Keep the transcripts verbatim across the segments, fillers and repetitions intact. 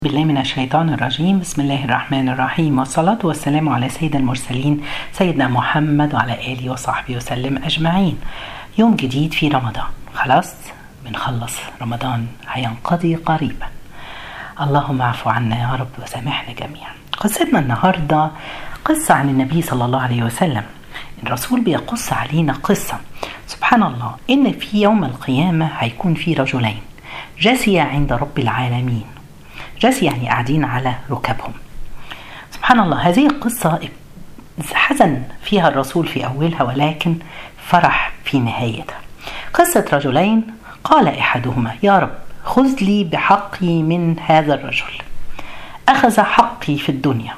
بالله من الشيطان الرجيم. بسم الله الرحمن الرحيم، والصلاة والسلام على سيد المرسلين سيدنا محمد وعلى آله وصحبه وسلم أجمعين. يوم جديد في رمضان، خلاص بنخلص رمضان، هينقضي قريبا. اللهم اعفو عنا يا رب وسامحنا جميعا. قصتنا النهاردة قصة عن النبي صلى الله عليه وسلم. الرسول بيقص علينا قصة، سبحان الله، إن في يوم القيامة هيكون في رجلين جثيا عند رب العالمين. جالس يعني قاعدين على ركبهم. سبحان الله، هذه القصة حزن فيها الرسول في أولها ولكن فرح في نهايتها. قصة رجلين قال أحدهما: يا رب خذ لي بحقي من هذا الرجل. أخذ حقي في الدنيا،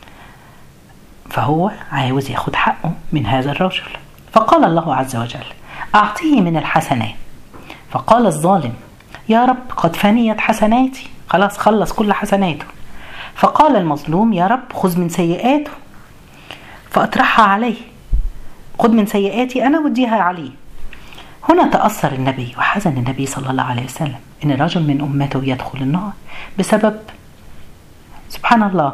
فهو عاوز ياخد حقه من هذا الرجل. فقال الله عز وجل: أعطيه من الحسنات. فقال الظالم: يا رب قد فنيت حسناتي، خلاص خلص كل حسناته. فقال المظلوم: يا رب خذ من سيئاته فأطرحها عليه، خذ من سيئاتي أنا وديها عليه. هنا تأثر النبي وحزن النبي صلى الله عليه وسلم إن رجل من أمته يدخل النار بسبب، سبحان الله،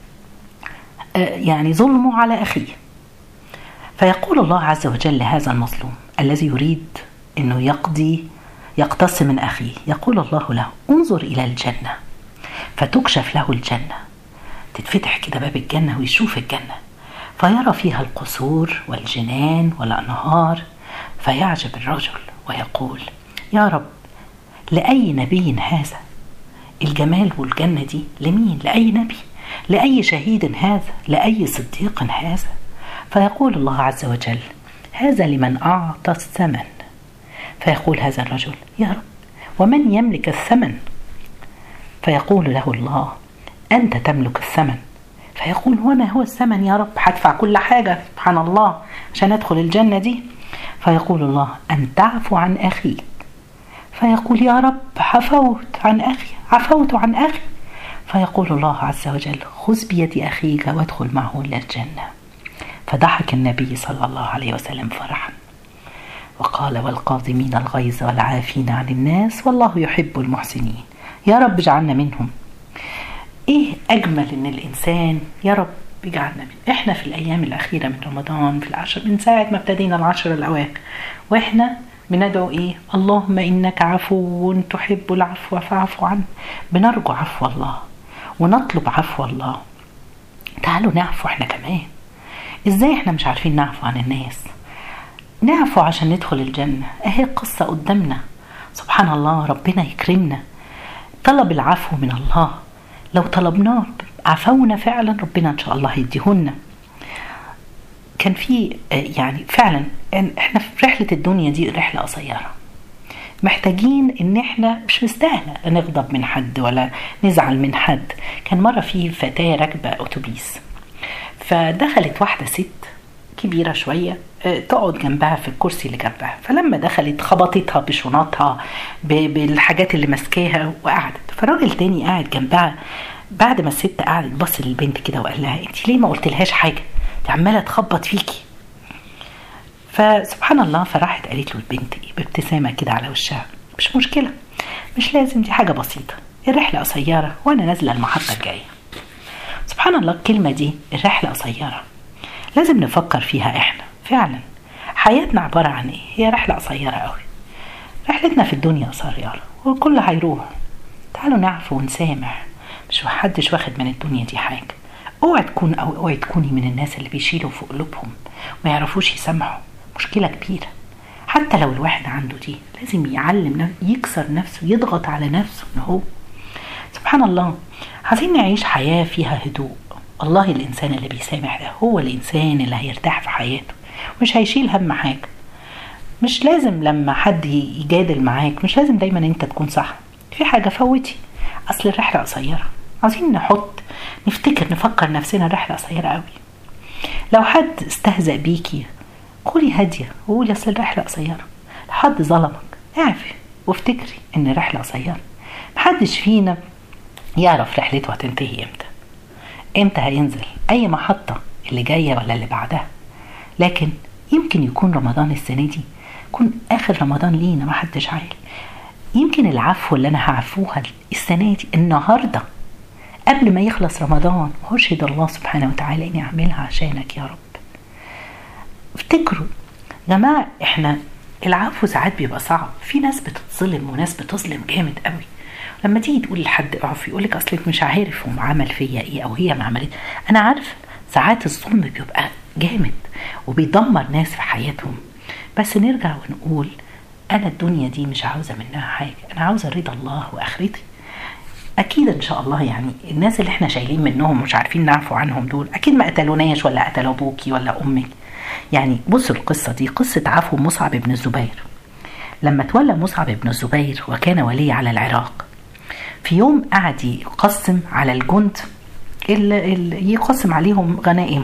يعني ظلمه على أخيه. فيقول الله عز وجل لهذا المظلوم الذي يريد أنه يقضي يقتص من أخيه، يقول الله له: انظر إلى الجنة. فتكشف له الجنة، تتفتح كده باب الجنة ويشوف الجنة، فيرى فيها القصور والجنان والأنهار. فيعجب الرجل ويقول: يا رب لأي نبي هذا الجمال والجنة دي؟ لمين؟ لأي نبي؟ لأي شهيد هذا؟ لأي صديق هذا؟ فيقول الله عز وجل: هذا لمن أعطى الثمن. فيقول هذا الرجل: يا رب ومن يملك الثمن؟ فيقول له الله: أنت تملك الثمن. فيقول: وما هو الثمن يا رب؟ هدفع كل حاجة سبحان الله عشان أدخل الجنة دي. فيقول الله: أن تعفو عن أخيك. فيقول: يا رب عفوت عن أخي، عفوت عن أخي. فيقول الله عز وجل: خذ بيد أخيك وادخل معه إلى الجنة. فضحك النبي صلى الله عليه وسلم فرحا وقال: والقاظمين الغيظ والعافين عن الناس والله يحب المحسنين. يا رب اجعلنا منهم. ايه اجمل ان الانسان يا رب اجعلنا منهم. احنا في الايام الاخيره من رمضان، في العشر من ساعه ما ابتدينا العشر الاواخر، واحنا بندعو ايه؟ اللهم انك عفو تحب العفو فاعف عنه. بنرجو عفو الله ونطلب عفو الله. تعالوا نعفو احنا كمان. ازاي احنا مش عارفين نعفو عن الناس؟ نعفو عشان ندخل الجنة. اهي القصة قدامنا، سبحان الله، ربنا يكرمنا. طلب العفو من الله، لو طلبناه عفونا فعلا ربنا ان شاء الله هيديهن. كان في يعني فعلا احنا في رحلة الدنيا دي رحلة قصيرة، محتاجين ان احنا مش مستاهلة نغضب من حد ولا نزعل من حد. كان مرة في فتاة راكبة اتوبيس، فدخلت واحدة ست كبيرة شوية تقعد جنبها في الكرسي اللي جنبها. فلما دخلت خبطتها بشنطها بالحاجات اللي مسكاها وقعدت. فراجل تاني قاعد جنبها بعد ما الست قعدت بص للبنت كده وقال لها: انت ليه ما قلت لهاش حاجة؟ دي عمالة تخبط فيكي. فسبحان الله، فراحت قالت له البنت ايه بابتسامة كده على وشها: مش مشكلة، مش لازم، دي حاجة بسيطة، الرحلة قصيرة وانا نازلة المحطة الجاية. سبحان الله، الكلمة دي الرحلة قصيرة لازم نفكر فيها. احنا فعلا حياتنا عبارة عن ايه؟ هي رحلة قصيرة قوي. رحلتنا في الدنيا قصيرة والكل هيروح. تعالوا نعفو ونسامح، مش محدش واخد من الدنيا دي حاجة. اوعى تكون او اوعى تكوني من الناس اللي بيشيلوا في قلوبهم ما يعرفوش يسامحوا. مشكلة كبيرة. حتى لو الواحد عنده دي لازم يعلم يكسر نفسه، يضغط على نفسه انه هو، سبحان الله، عايزين نعيش حياة فيها هدوء. والله الإنسان اللي بيسامح ده هو الإنسان اللي هيرتاح في حياته، مش هيشيل هم حاجة. مش لازم لما حد يجادل معاك مش لازم دايما انت تكون صح في حاجة. فوتي، أصل الرحلة قصيرة. عايزين نحط نفتكر نفكر نفسنا الرحلة قصيرة قوي. لو حد استهزأ بيكي قولي هادية وقولي أصل الرحلة قصيرة. لو حد ظلمك اعفي وافتكري ان الرحلة قصيرة. محدش فينا يعرف رحلته هتنتهي امتى، امتى هينزل اي محطة اللي جاية ولا اللي بعدها. لكن يمكن يكون رمضان السنة دي يكون اخر رمضان لينا، ما حدش عارف. يمكن العفو اللي انا هعفوها السنة دي النهاردة قبل ما يخلص رمضان، وأشهد الله سبحانه وتعالى إني أعملها عشانك يا رب. افتكروا جماعة، احنا العفو ساعات بيبقى صعب، في ناس بتتظلم وناس بتظلم جامد قوي. لما تيجي تقول لحد اعفو يقولك اصلك مش عارف هو عمل فيا ايه او هي ما عملت. انا عارف ساعات الظلم بيبقى جامد وبيدمر ناس في حياتهم، بس نرجع ونقول انا الدنيا دي مش عاوزة منها حاجة، انا عاوزة رضا الله واخرتي. اكيد ان شاء الله يعني الناس اللي احنا شايلين منهم مش عارفين نعفو عنهم دول اكيد ما قتلوناش ولا قتلوا ابوكي ولا امك. يعني بصوا القصة دي، قصة عفو مصعب بن الزبير. لما تولى مصعب بن الزبير وكان ولي على العراق، في يوم قعد يقسم على الجند اللي يقسم عليهم غنائمهم،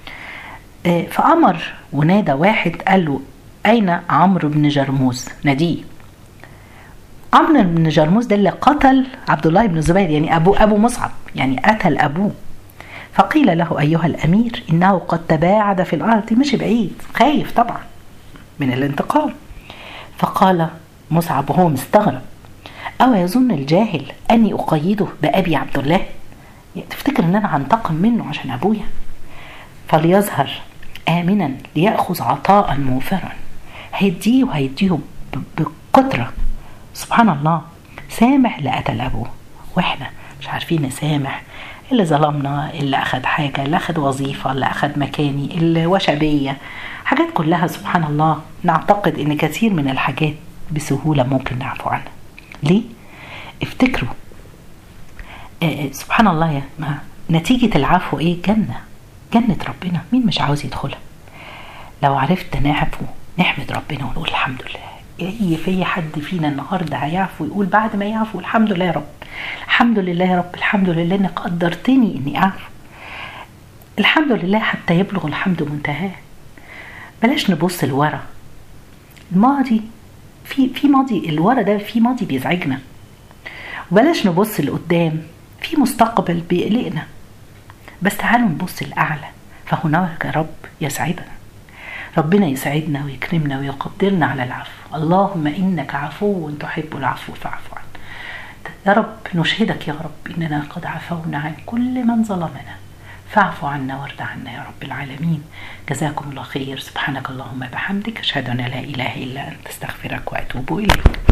فأمر ونادى واحد قال له أين عمرو بن جرموز؟ ناديه. عمرو بن جرموز ده اللي قتل عبد الله بن الزبير، يعني أبو أبو مصعب، يعني قتل أبوه. فقيل له أيها الأمير إنه قد تباعد في الأرض، مش بعيد، خايف طبعا من الانتقام. فقال مصعب وهو مستغرب أو يظن الجاهل أني أقيده بأبي عبد الله؟ يعني تفتكر أن أنا هنتقم منه عشان أبويا؟ فليظهر آمنا ليأخذ عطاء موفرا، هيديه وهيديه بقدرة. سبحان الله، سامح لقتل أبوه، وإحنا مش عارفين نسامح اللي ظلمنا، اللي أخذ حاجة، اللي أخذ وظيفة، اللي أخذ مكاني، اللي وشبية، حاجات كلها سبحان الله نعتقد إن كثير من الحاجات بسهولة ممكن نعفو عنها. ليه؟ افتكروا آه سبحان الله يا ما نتيجة العفو ايه؟ جنة، جنة ربنا، مين مش عاوز يدخلها؟ لو عرفت نعفو نحمد ربنا ونقول الحمد لله. ايه في حد فينا النهاردة هيعفو يقول بعد ما يعفو الحمد لله يا رب، الحمد لله يا رب، الحمد لله انك قدرتني اني اعفو، الحمد لله حتى يبلغ الحمد منتهاه. بلاش نبص لورا، الماضي في في ماضي، الورا ده في ماضي بيزعجنا، وبلاش نبص لقدام، في مستقبل بيقلقنا. بس تعالوا نبص لأعلى، فهناك رب يسعدنا. ربنا يسعدنا ويكرمنا ويقدرنا على العفو. اللهم إنك عفو تحب العفو فاعف عنا. يا رب نشهدك يا رب إننا قد عفونا عن كل من ظلمنا، فاعف عنا وارض عنا يا رب العالمين. جزاكم الله خير. سبحانك اللهم بحمدك، أشهد أن لا إله إلا أنت، استغفرك وأتوب إليك.